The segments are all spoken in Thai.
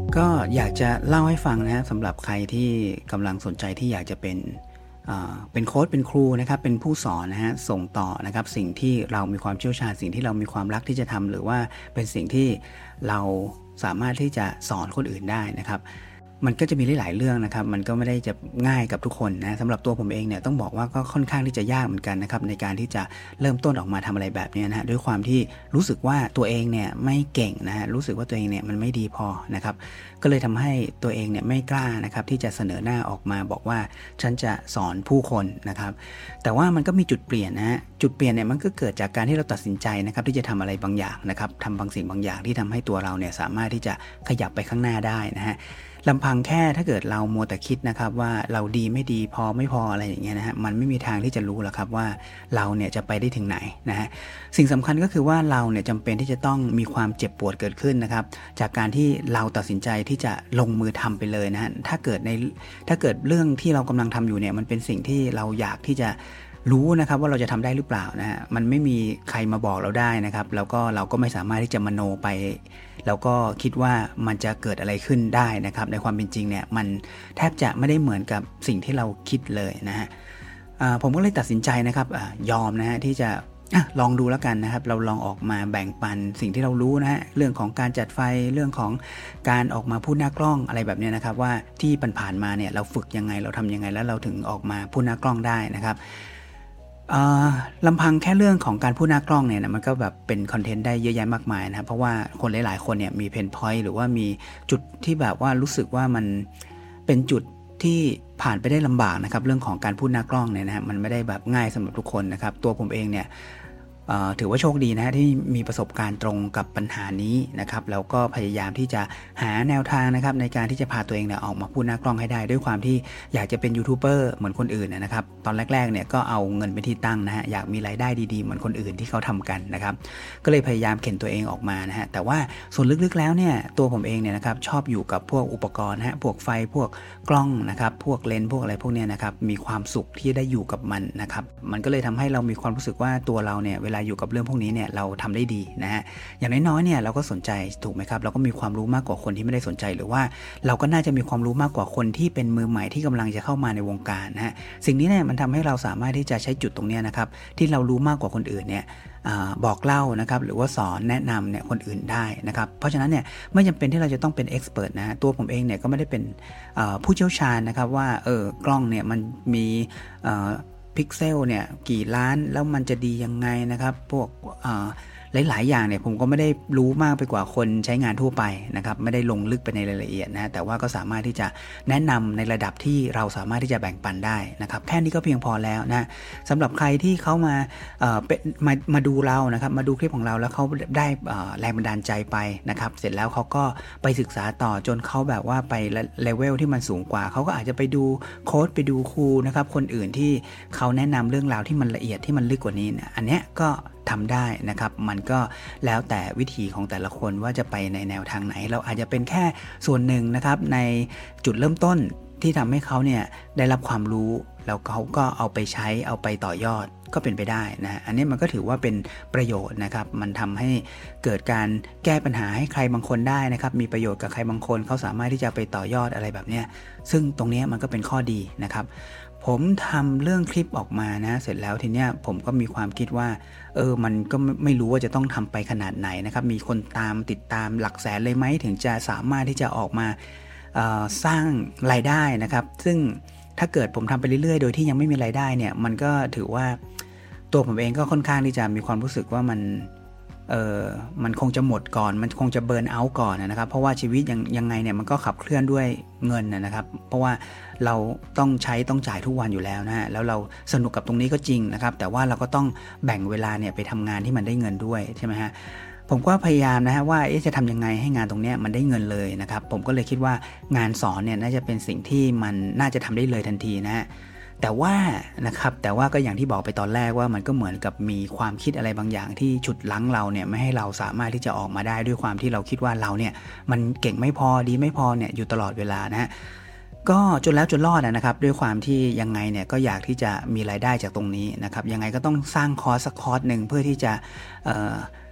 ก็อยากจะเล่าให้ฟังนะสำหรับใครที่กำลังสนใจที่อยากจะเป็นโค้ชเป็นครูนะครับเป็นผู้สอนนะฮะส่งต่อนะครับสิ่งที่เรามีความเชี่ยวชาญสิ่งที่เรามีความรักที่จะทำหรือว่าเป็นสิ่งที่เราสามารถที่จะสอนคนอื่นได้นะครับมันก็จะมีหลายๆเรื่องนะครับมันก็ไม่ได้จะง่ายกับทุกคนนะสำหรับตัวผมเองเนี่ยต้องบอกว่าก็ค่อนข้างที่จะยากเหมือนกันนะครับในการที่จะเริ่มต้นออกมาทำอะไรแบบนี้นะฮะด้วยความที่รู้สึกว่าตัวเองเนี่ยไม่เก่งนะฮะรู้สึกว่าตัวเองเนี่ยมันไม่ดีพอนะครับก็เลยทำให้ตัวเองเนี่ยไม่กล้านะครับที่จะเสนอหน้าออกมาบอกว่าฉันจะสอนผู้คนนะครับแต่ว่ามันก็มีจุดเปลี่ยนนะฮะจุดเปลี่ยนเนี่ยมันก็เกิดจากการที่เราตัดสินใจนะครับที่จะทำอะไรบางอย่างนะครับทำบางสิ่งบางอย่างที่ทำให้ตัวเราเนี่ยสามารถที่จะขยับไปข้างหน้าได้นะฮะลำพังแค่ถ้าเกิดเรามัวแต่คิดนะครับว่าเราดีไม่ดีพอไม่พออะไรอย่างเงี้ยนะฮะมันไม่มีทางที่จะรู้หรอกครับว่าเราเนี่ยจะไปได้ถึงไหนนะฮะสิ่งสำคัญก็คือว่าเราเนี่ยจำเป็นที่จะต้องมีความเจ็บปวดเกิดขึ้นนะครับจากการที่เราตัดสินใจที่จะลงมือทำไปเลยนะฮะถ้าเกิดเรื่องที่เรากำลังทำอยู่เนี่ยมันเป็นสิ่งที่เราอยากที่จะรู้นะครับว่าเราจะทำได้หรือเปล่านะฮะมันไม่มีใครมาบอกเราได้นะครับแล้วก็เราก็ไม่สามารถที่จะมโนไปแล้วก็คิดว่ามันจะเกิดอะไรขึ้นได้นะครับในความเป็นจริงเนี่ยมันแทบจะไม่ได้เหมือนกับสิ่งที่เราคิดเลยนะฮะผมก็เลยตัดสินใจนะครับยอมนะฮะที่จะลองดูแล้วกันนะครับเราลองออกมาแบ่งปันสิ่งที่เรารู้นะฮะเรื่องของการจัดไฟเรื่องของการออกมาพูดหน้ากล้องอะไรแบบนี้นะครับว่าที่ผ่านมาเนี่ยเราฝึกยังไงเราทำยังไงแล้วเราถึงออกมาพูดหน้ากล้องได้นะครับลำพังแค่เรื่องของการพูดหน้ากล้องเนี่ยนะมันก็แบบเป็นคอนเทนต์ได้เยอะแยะมากมายนะครับเพราะว่าคนหลายๆคนเนี่ยมีเพนพอยต์หรือว่ามีจุดที่แบบว่ารู้สึกว่ามันเป็นจุดที่ผ่านไปได้ลำบากนะครับเรื่องของการพูดหน้ากล้องเนี่ยนะฮะมันไม่ได้แบบง่ายสำหรับทุกคนนะครับตัวผมเองเนี่ยถือว่าโชคดีนะฮะที่มีประสบการณ์ตรงกับปัญหานี้นะครับแล้วก็พยายามที่จะหาแนวทางนะครับในการที่จะพาตัวเองเนี่ยออกมาพูดหน้ากล้องให้ได้ด้วยความที่อยากจะเป็นยูทูบเบอร์เหมือนคนอื่นนะครับตอนแรกๆเนี่ยก็เอาเงินเป็นที่ตั้งนะฮะอยากมีรายได้ดีๆเหมือนคนอื่นที่เขาทำกันนะครับก็เลยพยายามเข็นตัวเองออกมานะฮะแต่ว่าส่วนลึกๆแล้วเนี่ยตัวผมเองเนี่ยนะครับชอบอยู่กับพวกอุปกรณ์นะฮะพวกไฟพวกกล้องนะครับพวกเลนส์พวกอะไรพวกเนี้ยนะครับมีความสุขที่ได้อยู่กับมันนะครับมันก็เลยทำให้เรามีความรู้สึกว่าตัวเราเนี่ยเวลาอยู่กับเรื่องพวกนี้เนี่ยเราทำได้ดีนะฮะอย่างน้อยๆเนี่ยเราก็สนใจถูกไหมครับเราก็มีความรู้มากกว่าคนที่ไม่ได้สนใจหรือว่าเราก็น่าจะมีความรู้มากกว่าคนที่เป็นมือใหม่ที่กำลังจะเข้ามาในวงการนะฮะสิ่งนี้เนี่ยมันทำให้เราสามารถที่จะใช้จุดตรงนี้นะครับที่เรารู้มากกว่าคนอื่นเนี่ยบอกเล่านะครับหรือว่าสอนแนะนำเนี่ยคนอื่นได้นะครับเพราะฉะนั้นเนี่ยไม่จำเป็นที่เราจะต้องเป็นเอ็กซ์เพิร์ทนะตัวผมเองเนี่ยก็ไม่ได้เป็นผู้เชี่ยวชาญนะครับว่ากล้องเนี่ยมันมีพิกเซลเนี่ยกี่ล้านแล้วมันจะดียังไงนะครับพวกหลายๆอย่างเนี่ยผมก็ไม่ได้รู้มากไปกว่าคนใช้งานทั่วไปนะครับไม่ได้ลงลึกไปในรายละเอียดนะแต่ว่าก็สามารถที่จะแนะนำในระดับที่เราสามารถที่จะแบ่งปันได้นะครับแค่นี้ก็เพียงพอแล้วนะสำหรับใครที่เขามาดูเรานะครับมาดูคลิปของเราแล้วเขาได้แรงบันดาลใจไปนะครับเสร็จแล้วเขาก็ไปศึกษาต่อจนเขาแบบว่าไปเลเวลที่มันสูงกว่าเขาก็อาจจะไปดูโค้ชไปดูครูนะครับคนอื่นที่เขาแนะนำเรื่องราวที่มันละเอียดที่มันลึกกว่านี้นะอันเนี้ยก็ทำได้นะครับมันก็แล้วแต่วิธีของแต่ละคนว่าจะไปในแนวทางไหนเราอาจจะเป็นแค่ส่วนหนึ่งนะครับในจุดเริ่มต้นที่ทำให้เขาเนี่ยได้รับความรู้แล้วเขาก็เอาไปใช้เอาไปต่อยอดก็เป็นไปได้นะอันนี้มันก็ถือว่าเป็นประโยชน์นะครับมันทำให้เกิดการแก้ปัญหาให้ใครบางคนได้นะครับมีประโยชน์กับใครบางคนเขาสามารถที่จะไปต่อยอดอะไรแบบนี้ซึ่งตรงนี้มันก็เป็นข้อดีนะครับผมทำเรื่องคลิปออกมานะเสร็จแล้วทีเนี้ยผมก็มีความคิดว่ามันก็ไม่รู้ว่าจะต้องทำไปขนาดไหนนะครับมีคนติดตามหลักแสนเลยไหมถึงจะสามารถที่จะออกมาสร้างรายได้นะครับซึ่งถ้าเกิดผมทำไปเรื่อยๆโดยที่ยังไม่มีรายได้เนี่ยมันก็ถือว่าตัวผมเองก็ค่อนข้างที่จะมีความรู้สึกว่ามันคงจะหมดก่อนมันคงจะเบิร์นเอาท์ก่อนนะครับเพราะว่าชีวิตยังไงเนี่ยมันก็ขับเคลื่อนด้วยเงินนะครับเพราะว่าเราต้องจ่ายทุกวันอยู่แล้วนะฮะแล้วเราสนุกกับตรงนี้ก็จริงนะครับแต่ว่าเราก็ต้องแบ่งเวลาเนี่ยไปทำงานที่มันได้เงินด้วยใช่ไหมฮะผมก็พยายามนะฮะว่าจะทำยังไงให้งานตรงนี้มันได้เงินเลยนะครับผมก็เลยคิดว่างานสอนเนี่ยน่าจะเป็นสิ่งที่มันน่าจะทำได้เลยทันทีนะฮะแต่ว่าก็อย่างที่บอกไปตอนแรกว่ามันก็เหมือนกับมีความคิดอะไรบางอย่างที่ฉุดรั้งเราเนี่ยไม่ให้เราสามารถที่จะออกมาได้ด้วยความที่เราคิดว่าเราเนี่ยมันเก่งไม่พอดีไม่พอเนี่ยอยู่ตลอดเวลานะฮะก็จนแล้วจนรอดนะครับด้วยความที่ยังไงเนี่ยก็อยากที่จะมีรายได้จากตรงนี้นะครับยังไงก็ต้องสร้างคอร์สสักคอร์สนึงเพื่อที่จะ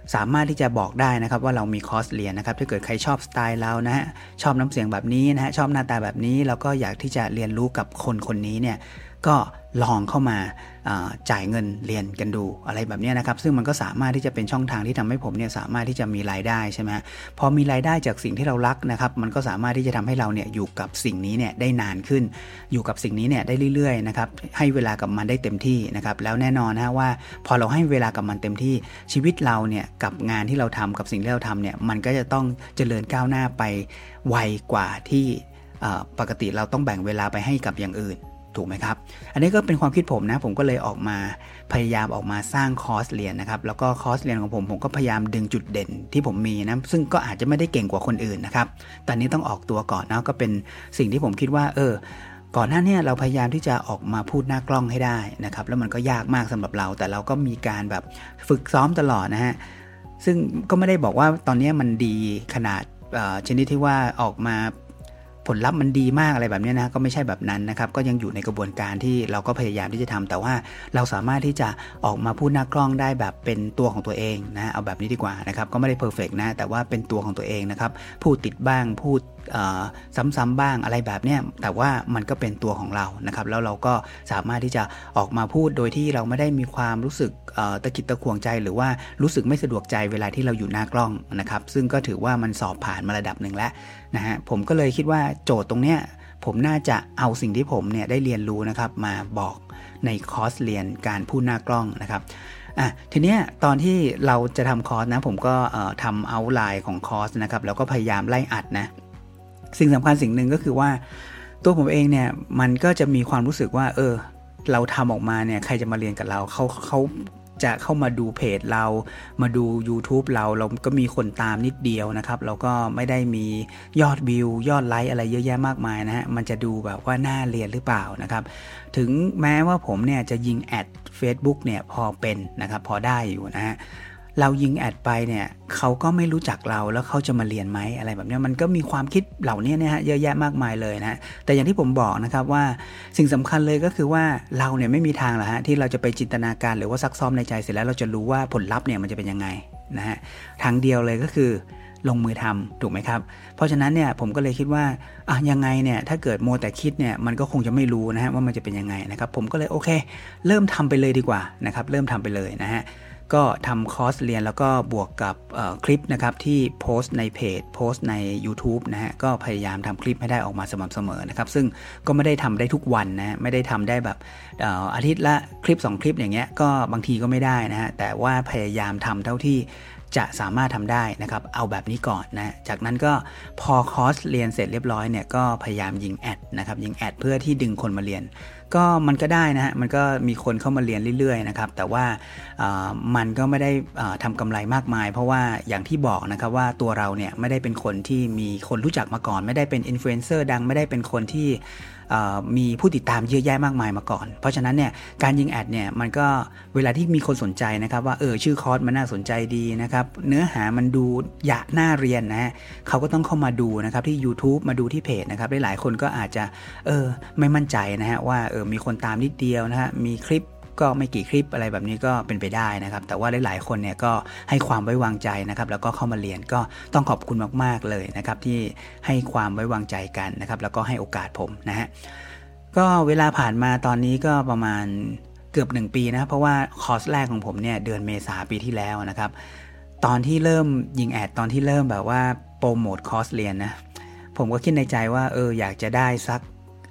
สามารถที่จะบอกได้นะครับว่าเรามีคอร์สเรียนนะครับถ้าเกิดใครชอบสไตล์เรานะฮะชอบน้ำเสียงแบบนี้นะฮะชอบหน้าตาแบบนี้แล้วก็อยากที่จะเรียนรู้กับคนคนนี้เนี่ยก็ลองเข้ามาจ่ายเงินเรียนกันดูอะไรแบบนี้นะครับซึ่งมันก็สามารถที่จะเป็นช่องทางที่ทำให้ผมเนี่ยสามารถที่จะมีรายได้ใช่ไหมพอมีรายได้จากสิ่งที่เรารักนะครับมันก็สามารถที่จะทำให้เราเนี่ยอยู่กับสิ่งนี้เนี่ยได้นานขึ้นอยู่กับสิ่งนี้เนี่ยได้เรื่อยๆนะครับให้เวลากับมันได้เต็มที่นะครับแล้วแน่นอนนะว่าพอเราให้เวลากับมันเต็มที่ชีวิตเราเนี่ยกับงานที่เราทำกับสิ่งที่เราทำเนี่ยมันก็จะต้องเจริญก้าวหน้าไปไวกว่าที่ปกติเราต้องแบ่งเวลาไปให้กับอย่างอื่นถูกไหมครับอันนี้ก็เป็นความคิดผมนะผมก็เลยออกมาพยายามออกมาสร้างคอร์สเรียนนะครับแล้วก็คอร์สเรียนของผมก็พยายามดึงจุดเด่นที่ผมมีนะซึ่งก็อาจจะไม่ได้เก่งกว่าคนอื่นนะครับตอนนี้ต้องออกตัวก่อนนะก็เป็นสิ่งที่ผมคิดว่าก่อนหน้านี้เราพยายามที่จะออกมาพูดหน้ากล้องให้ได้นะครับแล้วมันก็ยากมากสำหรับเราแต่เราก็มีการแบบฝึกซ้อมตลอดนะฮะซึ่งก็ไม่ได้บอกว่าตอนนี้มันดีขนาดชนิดที่ว่าออกมาผลลัพธ์มันดีมากอะไรแบบนี้นะก็ไม่ใช่แบบนั้นนะครับก็ยังอยู่ในกระบวนการที่เราก็พยายามที่จะทำแต่ว่าเราสามารถที่จะออกมาพูดหน้ากล้องได้แบบเป็นตัวของตัวเองนะเอาแบบนี้ดีกว่านะครับก็ไม่ได้เพอร์เฟกต์นะแต่ว่าเป็นตัวของตัวเองนะครับพูดติดบ้างพูดซ้ำๆบ้างอะไรแบบนี้แต่ว่ามันก็เป็นตัวของเรานะครับแล้วเราก็สามารถที่จะออกมาพูดโดยที่เราไม่ได้มีความรู้สึกตะกิดตะขวงใจหรือว่ารู้สึกไม่สะดวกใจเวลาที่เราอยู่หน้ากล้องนะครับซึ่งก็ถือว่ามันสอบผ่านมาระดับหนึ่งแล้วนะฮะผมก็เลยคิดว่าโจทย์ตรงเนี้ยผมน่าจะเอาสิ่งที่ผมเนี่ยได้เรียนรู้นะครับมาบอกในคอร์สเรียนการพูดหน้ากล้องนะครับทีเนี้ยตอนที่เราจะทำคอร์สนะผมก็ทำเอาท์ไลน์ของคอร์สนะครับแล้วก็พยายามไล่อัดนะสิ่งสำคัญสิ่งหนึ่งก็คือว่าตัวผมเองเนี่ยมันก็จะมีความรู้สึกว่าเราทำออกมาเนี่ยใครจะมาเรียนกับเราเขาจะเข้ามาดูเพจเรามาดู YouTube เราก็มีคนตามนิดเดียวนะครับเราก็ไม่ได้มียอดวิวยอดไลค์อะไรเยอะแยะมากมายนะฮะมันจะดูแบบว่าน่าเรียนหรือเปล่านะครับถึงแม้ว่าผมเนี่ยจะยิงแอด Facebook เนี่ยพอเป็นนะครับพอได้อยู่นะฮะเรายิงแอดไปเนี่ยเขาก็ไม่รู้จักเราแล้วเขาจะมาเรียนไหมอะไรแบบนี้มันก็มีความคิดเหล่านี้นะฮะเยอะแยะมากมายเลยนะแต่อย่างที่ผมบอกนะครับว่าสิ่งสำคัญเลยก็คือว่าเราเนี่ยไม่มีทางหรอกฮะที่เราจะไปจินตนาการหรือว่าซักซ้อมในใจเสร็จแล้วเราจะรู้ว่าผลลัพธ์เนี่ยมันจะเป็นยังไงนะฮะทางเดียวเลยก็คือลงมือทำถูกไหมครับเพราะฉะนั้นเนี่ยผมก็เลยคิดว่ายังไงเนี่ยถ้าเกิดโมแต่คิดเนี่ยมันก็คงจะไม่รู้นะฮะว่ามันจะเป็นยังไงนะครับผมก็เลยโอเคเริ่มทำไปเลยดีกว่านะครับเริ่มทำไปเลยนะฮะก็ทำคอร์สเรียนแล้วก็บวกกับคลิปนะครับที่โพสต์ในเพจโพสต์ใน YouTube นะฮะก็พยายามทำคลิปให้ได้ออกมาสม่ำเสมอนะครับซึ่งก็ไม่ได้ทำได้ทุกวันนะไม่ได้ทำได้แบบอาทิตย์ละคลิป2คลิปอย่างเงี้ยก็บางทีก็ไม่ได้นะฮะแต่ว่าพยายามทำเท่าที่จะสามารถทำได้นะครับเอาแบบนี้ก่อนนะจากนั้นก็พอคอร์สเรียนเสร็จเรียบร้อยเนี่ยก็พยายามยิงแอดนะครับยิงแอดเพื่อที่ดึงคนมาเรียนก็มันก็ได้นะฮะมันก็มีคนเข้ามาเรียนเรื่อยๆนะครับแต่ว่ามันก็ไม่ได้ทำกำไรมากมายเพราะว่าอย่างที่บอกนะครับว่าตัวเราเนี่ยไม่ได้เป็นคนที่มีคนรู้จักมาก่อนไม่ได้เป็นอินฟลูเอนเซอร์ดังไม่ได้เป็นคนที่มีผู้ติดตามเยอะแยะมากมายมาก่อนเพราะฉะนั้นเนี่ยการยิงแอดเนี่ยมันก็เวลาที่มีคนสนใจนะครับว่าชื่อคอร์สมันน่าสนใจดีนะครับเนื้อหามันดูน่าเรียนนะฮะเขาก็ต้องเข้ามาดูนะครับที่ YouTube มาดูที่เพจนะครับหลายๆคนก็อาจจะไม่มั่นใจนะฮะว่ามีคนตามนิดเดียวนะฮะมีคลิปก็ไม่กี่คลิปอะไรแบบนี้ก็เป็นไปได้นะครับแต่ว่าหลายๆคนเนี่ยก็ให้ความไว้วางใจนะครับแล้วก็เข้ามาเรียนก็ต้องขอบคุณมากๆเลยนะครับที่ให้ความไว้วางใจกันนะครับแล้วก็ให้โอกาสผมนะฮะก็เวลาผ่านมาตอนนี้ก็ประมาณเกือบ1ปีนะเพราะว่าคอร์สแรกของผมเนี่ยเดือนเมษาปีที่แล้วนะครับตอนที่เริ่มยิงแอดตอนที่เริ่มแบบว่าโปรโมทคอร์สเรียนนะผมก็คิดในใจว่าอยากจะได้สัก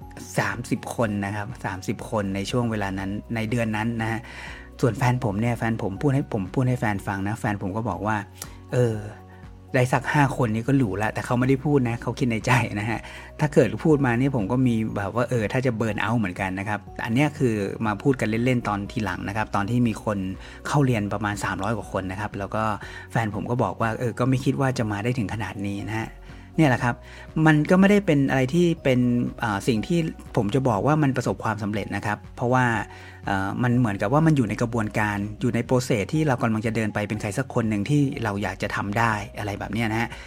30 คนนะครับ30 คนในช่วงเวลานั้นในเดือนนั้นนะฮะส่วนแฟนผมเนี่ยแฟนผมพูดให้แฟนฟังนะแฟนผมก็บอกว่าได้สัก5 คนนี้ก็หรูละแต่เขาไม่ได้พูดนะเขาคิดในใจนะฮะถ้าเกิดพูดมานี่ผมก็มีแบบว่าถ้าจะเบิร์นเอาท์เหมือนกันนะครับอันนี้คือมาพูดกันเล่นๆตอนทีหลังนะครับตอนที่มีคนเข้าเรียนประมาณ300 กว่าคนนะครับแล้วก็แฟนผมก็บอกว่าก็ไม่คิดว่าจะมาได้ถึงขนาดนี้นะฮะเนี่ยแหละครับมันก็ไม่ได้เป็นอะไรที่เป็นสิ่งที่ผมจะบอกว่ามันประสบความสำเร็จนะครับเพราะว่ามันเหมือนกับว่ามันอยู่ในกระบวนการอยู่ในโปรเซสที่เรากำลังจะเดินไปเป็นใครสักคนหนึ่งที่เราอยากจะทำได้อะไรแบบนี้นะฮะ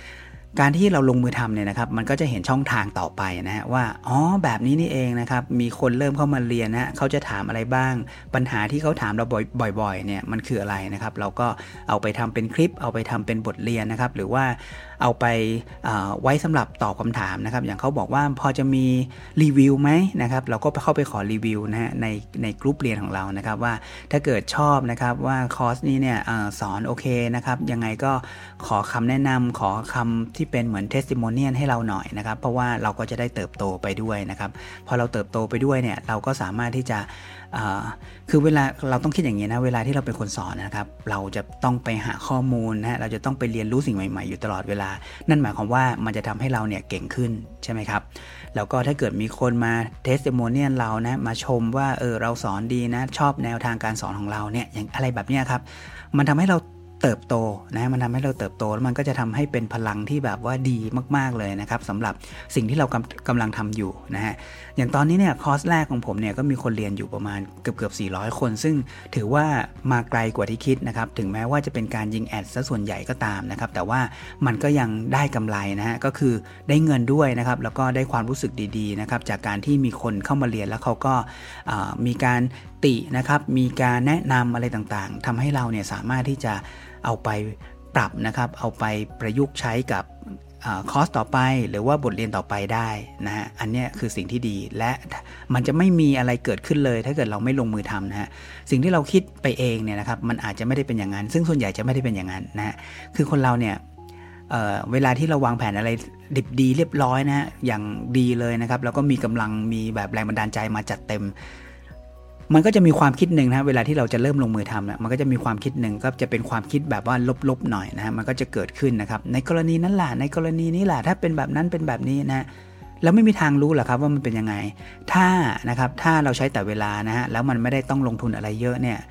การที่เราลงมือทำเนี่ยนะครับมันก็จะเห็นช่องทางต่อไปนะฮะว่าอ๋อแบบนี้นี่เองนะครับมีคนเริ่มเข้ามาเรียนนะเขาจะถามอะไรบ้างปัญหาที่เขาถามเราบ่อยๆเนี่ยมันคืออะไรนะครับเราก็เอาไปทำเป็นคลิปเอาไปทำเป็นบทเรียนนะครับหรือว่าเอาไปไว้สำหรับตอบคำถามนะครับอย่างเขาบอกว่าพอจะมีรีวิวไหมนะครับเราก็เข้าไปขอรีวิวนะฮะในกลุ่มเรียนของเรานะครับว่าถ้าเกิดชอบนะครับว่าคอร์สนี้เนี่ยสอนโอเคนะครับยังไงก็ขอคำแนะนำขอคำที่เป็นเหมือน testimonial ให้เราหน่อยนะครับเพราะว่าเราก็จะได้เติบโตไปด้วยนะครับพอเราเติบโตไปด้วยเนี่ยเราก็สามารถที่จะคือเวลาเราต้องคิดอย่างนี้นะเวลาที่เราเป็นคนสอนนะครับเราจะต้องไปหาข้อมูลนะเราจะต้องไปเรียนรู้สิ่งใหม่ๆอยู่ตลอดเวลานั่นหมายความว่ามันจะทำให้เราเนี่ยเก่งขึ้นใช่ไหมครับแล้วก็ถ้าเกิดมีคนมา testimonial เรานะมาชมว่าเราสอนดีนะชอบแนวทางการสอนของเราเนี่ยอย่างอะไรแบบนี้ครับมันทำให้เราเติบโตนะมันทำให้เราเติบโตแล้วมันก็จะทำให้เป็นพลังที่แบบว่าดีมากๆเลยนะครับสำหรับสิ่งที่เรากำลังทำอยู่นะฮะอย่างตอนนี้เนี่ยคอร์สแรกของผมเนี่ยก็มีคนเรียนอยู่ประมาณเกือบ400 คนซึ่งถือว่ามาไกลกว่าที่คิดนะครับถึงแม้ว่าจะเป็นการยิงแอดซะส่วนใหญ่ก็ตามนะครับแต่ว่ามันก็ยังได้กำไรนะฮะก็คือได้เงินด้วยนะครับแล้วก็ได้ความรู้สึกดีๆนะครับจากการที่มีคนเข้ามาเรียนแล้วเขาก็มีการตินะครับมีการแนะนำอะไรต่างๆทำให้เราเนี่ยสามารถที่จะเอาไปปรับนะครับเอาไปประยุกต์ใช้กับคอร์สต่อไปหรือว่าบทเรียนต่อไปได้นะฮะอันนี้คือสิ่งที่ดีและมันจะไม่มีอะไรเกิดขึ้นเลยถ้าเกิดเราไม่ลงมือทำนะฮะสิ่งที่เราคิดไปเองเนี่ยนะครับมันอาจจะไม่ได้เป็นอย่างนั้นซึ่งส่วนใหญ่จะไม่ได้เป็นอย่างนั้นนะฮะคือคนเราเนี่ยเวลาที่เราวางแผนอะไรดิบดีเรียบร้อยนะฮะอย่างดีเลยนะครับแล้วก็มีกำลังมีแบบแรงบันดาลใจมาจัดเต็มมันก็จะมีความคิดหนึ่งนะเวลาที่เราจะเริ่มลงมือทำนะมันก็จะมีความคิดหนึ่งก็จะเป็นความคิดแบบว่าลบๆหน่อยนะฮะมันก็จะเกิดขึ้นนะครับในกรณีนั้นแหละในกรณีนี้แหละถ้าเป็นแบบนั้นเป็นแบบนี้นะแล้วไม่มีทางรู้หรอกครับว่ามันเป็นยังไงถ้านะครับถ้าเราใช้แต่เวลานะฮะแล้วมันไม่ได้ต้องลงทุนอะไรเยอะเนี่ย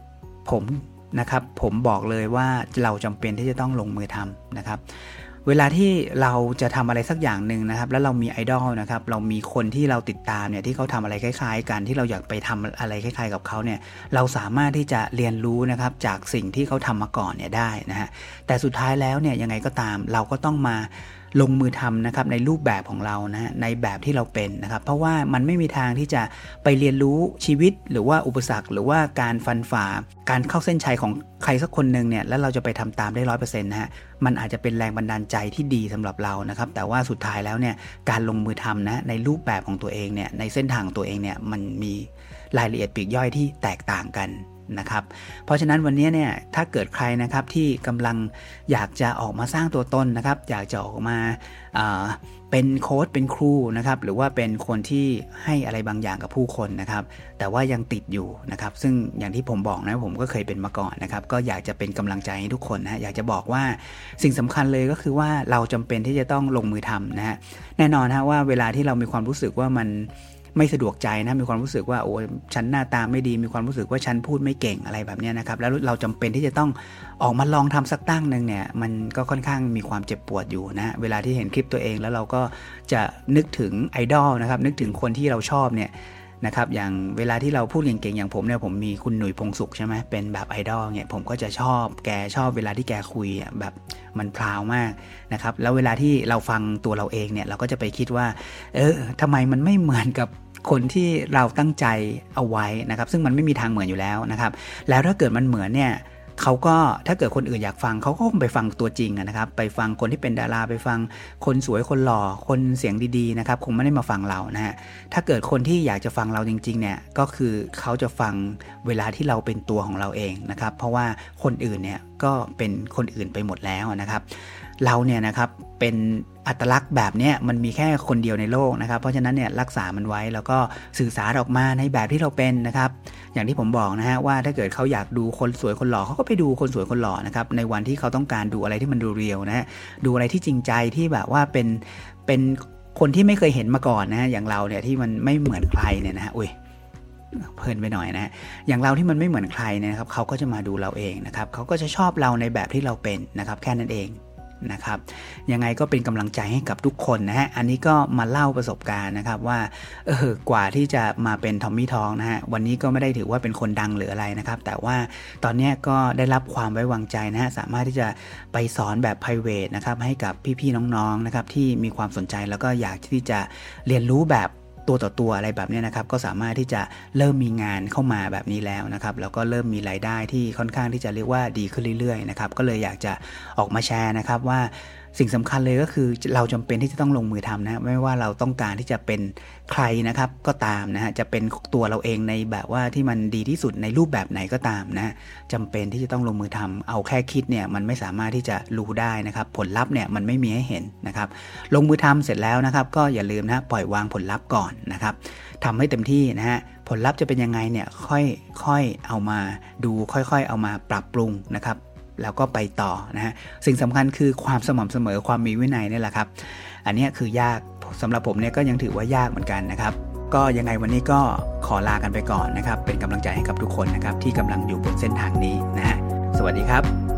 ผมบอกเลยว่าเราจำเป็นที่จะต้องลงมือทำนะครับเวลาที่เราจะทำอะไรสักอย่างหนึ่งนะครับแล้วเรามีไอดอลนะครับเรามีคนที่เราติดตามเนี่ยที่เขาทำอะไรคล้ายๆกันที่เราอยากไปทำอะไรคล้ายๆกับเขาเนี่ยเราสามารถที่จะเรียนรู้นะครับจากสิ่งที่เขาทำมาก่อนเนี่ยได้นะฮะแต่สุดท้ายแล้วเนี่ยยังไงก็ตามเราก็ต้องมาลงมือทำนะครับในรูปแบบของเรานะฮะในแบบที่เราเป็นนะครับเพราะว่ามันไม่มีทางที่จะไปเรียนรู้ชีวิตหรือว่าอุปสรรคหรือว่าการฟันฝ่าการเข้าเส้นชัยของใครสักคนหนึ่งเนี่ยแล้วเราจะไปทำตามได้ 100% นะฮะมันอาจจะเป็นแรงบันดาลใจที่ดีสำหรับเรานะครับแต่ว่าสุดท้ายแล้วเนี่ยการลงมือทำนะในรูปแบบของตัวเองเนี่ยในเส้นทางของตัวเองเนี่ยมันมีรายละเอียดปลีกย่อยที่แตกต่างกันนะครับเพราะฉะนั้นวันนี้เนี่ยถ้าเกิดใครนะครับที่กำลังอยากจะออกมาสร้างตัวตนนะครับอยากจะออกมาเป็นโค้ชเป็นครูนะครับหรือว่าเป็นคนที่ให้อะไรบางอย่างกับผู้คนนะครับแต่ว่ายังติดอยู่นะครับซึ่งอย่างที่ผมบอกนะผมก็เคยเป็นมาก่อนนะครับก็อยากจะเป็นกำลังใจให้ทุกคนนะอยากจะบอกว่าสิ่งสำคัญเลยก็คือว่าเราจำเป็นที่จะต้องลงมือทำนะฮะแน่นอนนะว่าเวลาที่เรามีความรู้สึกว่ามันไม่สะดวกใจนะมีความรู้สึกว่าโอ้ฉันหน้าตาไม่ดีมีความรู้สึกว่าฉันพูดไม่เก่งอะไรแบบนี้นะครับแล้วเราจำเป็นที่จะต้องออกมาลองทำสักตั้งนึงเนี่ยมันก็ค่อนข้างมีความเจ็บปวดอยู่นะเวลาที่เห็นคลิปตัวเองแล้วเราก็จะนึกถึงไอดอลนะครับนึกถึงคนที่เราชอบเนี่ยนะครับอย่างเวลาที่เราพูดเก่งๆอย่างผมเนี่ยผมมีคุณหนุ่ยพงษ์สุขใช่ไหมเป็นแบบไอดอลเนี่ยผมก็จะชอบแกชอบเวลาที่แกคุยแบบมันพราวมากนะครับแล้วเวลาที่เราฟังตัวเราเองเนี่ยเราก็จะไปคิดว่าทำไมมันไม่เหมือนกับคนที่เราตั้งใจเอาไว้นะครับซึ่งมันไม่มีทางเหมือนอยู่แล้วนะครับแล้วถ้าเกิดมันเหมือนเนี่ยเขาก็ถ้าเกิดคนอื่นอยากฟังเขาก็ไปฟังตัวจริงนะครับไปฟังคนที่เป็นดาราไปฟังคนสวยคนหล่อคนเสียงดีๆนะครับคงไม่ได้มาฟังเรานะฮะถ้าเกิดคนที่อยากจะฟังเราจริงๆเนี่ยก็คือเขาจะฟังเวลาที่เราเป็นตัวของเราเองนะครับเพราะว่าคนอื่นเนี่ยก็เป็นคนอื่นไปหมดแล้วนะครับเราเนี่ยนะครับเป็นอัตลักษณ์แบบนี้มันมีแค่คนเดียวในโลกนะครับเพราะฉะนั้นเนี่ยรักษามันไว้แล้วก็สื่อสารออกมาในแบบที่เราเป็นนะครับอย่างที่ผมบอกนะฮะว่าถ้าเกิดเขาอยากดูคนสวยคนหล่อเขาก็ไปดูคนสวยคนหล่อนะครับในวันที่เขาต้องการดูอะไรที่มันดูเรียลนะฮะดูอะไรที่จริงใจที่แบบว่าเป็นคนที่ไม่เคยเห็นมาก่อนนะฮะอย่างเราเนี่ยที่มันไม่เหมือนใครเนี่ยนะฮะอุ้ยเพลินไปหน่อยนะอย่างเราที่มันไม่เหมือนใครเนี่ยครับเขาก็จะมาดูเราเองนะครับเขาก็จะชอบเราในแบบที่เราเป็นนะครับแค่นั้นเองนะครับยังไงก็เป็นกำลังใจให้กับทุกคนนะฮะอันนี้ก็มาเล่าประสบการณ์นะครับว่ากว่าที่จะมาเป็นทอมมี่ทองนะฮะวันนี้ก็ไม่ได้ถือว่าเป็นคนดังหรืออะไรนะครับแต่ว่าตอนนี้ก็ได้รับความไว้วางใจนะฮะสามารถที่จะไปสอนแบบ private นะครับให้กับพี่ๆน้องๆนะครับที่มีความสนใจแล้วก็อยากที่จะเรียนรู้แบบตัวต่อตัวอะไรแบบนี้นะครับก็สามารถที่จะเริ่มมีงานเข้ามาแบบนี้แล้วนะครับแล้วก็เริ่มมีรายได้ที่ค่อนข้างที่จะเรียกว่าดีขึ้นเรื่อยๆนะครับก็เลยอยากจะออกมาแชร์นะครับว่าสิ่งสำคัญเลยก็คือเราจำเป็นที่จะต้องลงมือทำนะไม่ว่าเราต้องการที่จะเป็นใครนะครับก็ตามนะฮะจะเป็นตัวเราเองในแบบว่าที่มันดีที่สุดในรูปแบบไหนก็ตามนะจำเป็นที่จะต้องลงมือทำเอาแค่คิดเนี่ยมันไม่สามารถที่จะรู้ได้นะครับผลลัพธ์เนี่ยมันไม่มีให้เห็นนะครับลงมือทำเสร็จแล้วนะครับก็อย่าลืมนะปล่อยวางผลลัพธ์ก่อนนะครับทำให้เต็มที่นะฮะผลลัพธ์จะเป็นยังไงเนี่ยค่อยเอามาดูค่อยๆเอามาปรับปรุงนะครับแล้วก็ไปต่อนะฮะสิ่งสำคัญคือความสม่ำเสมอความมีวินัยนี่แหละครับอันนี้คือยากสำหรับผมเนี่ยก็ยังถือว่ายากเหมือนกันนะครับก็ยังไงวันนี้ก็ขอลากันไปก่อนนะครับเป็นกำลังใจให้กับทุกคนนะครับที่กำลังอยู่บนเส้นทางนี้นะฮะสวัสดีครับ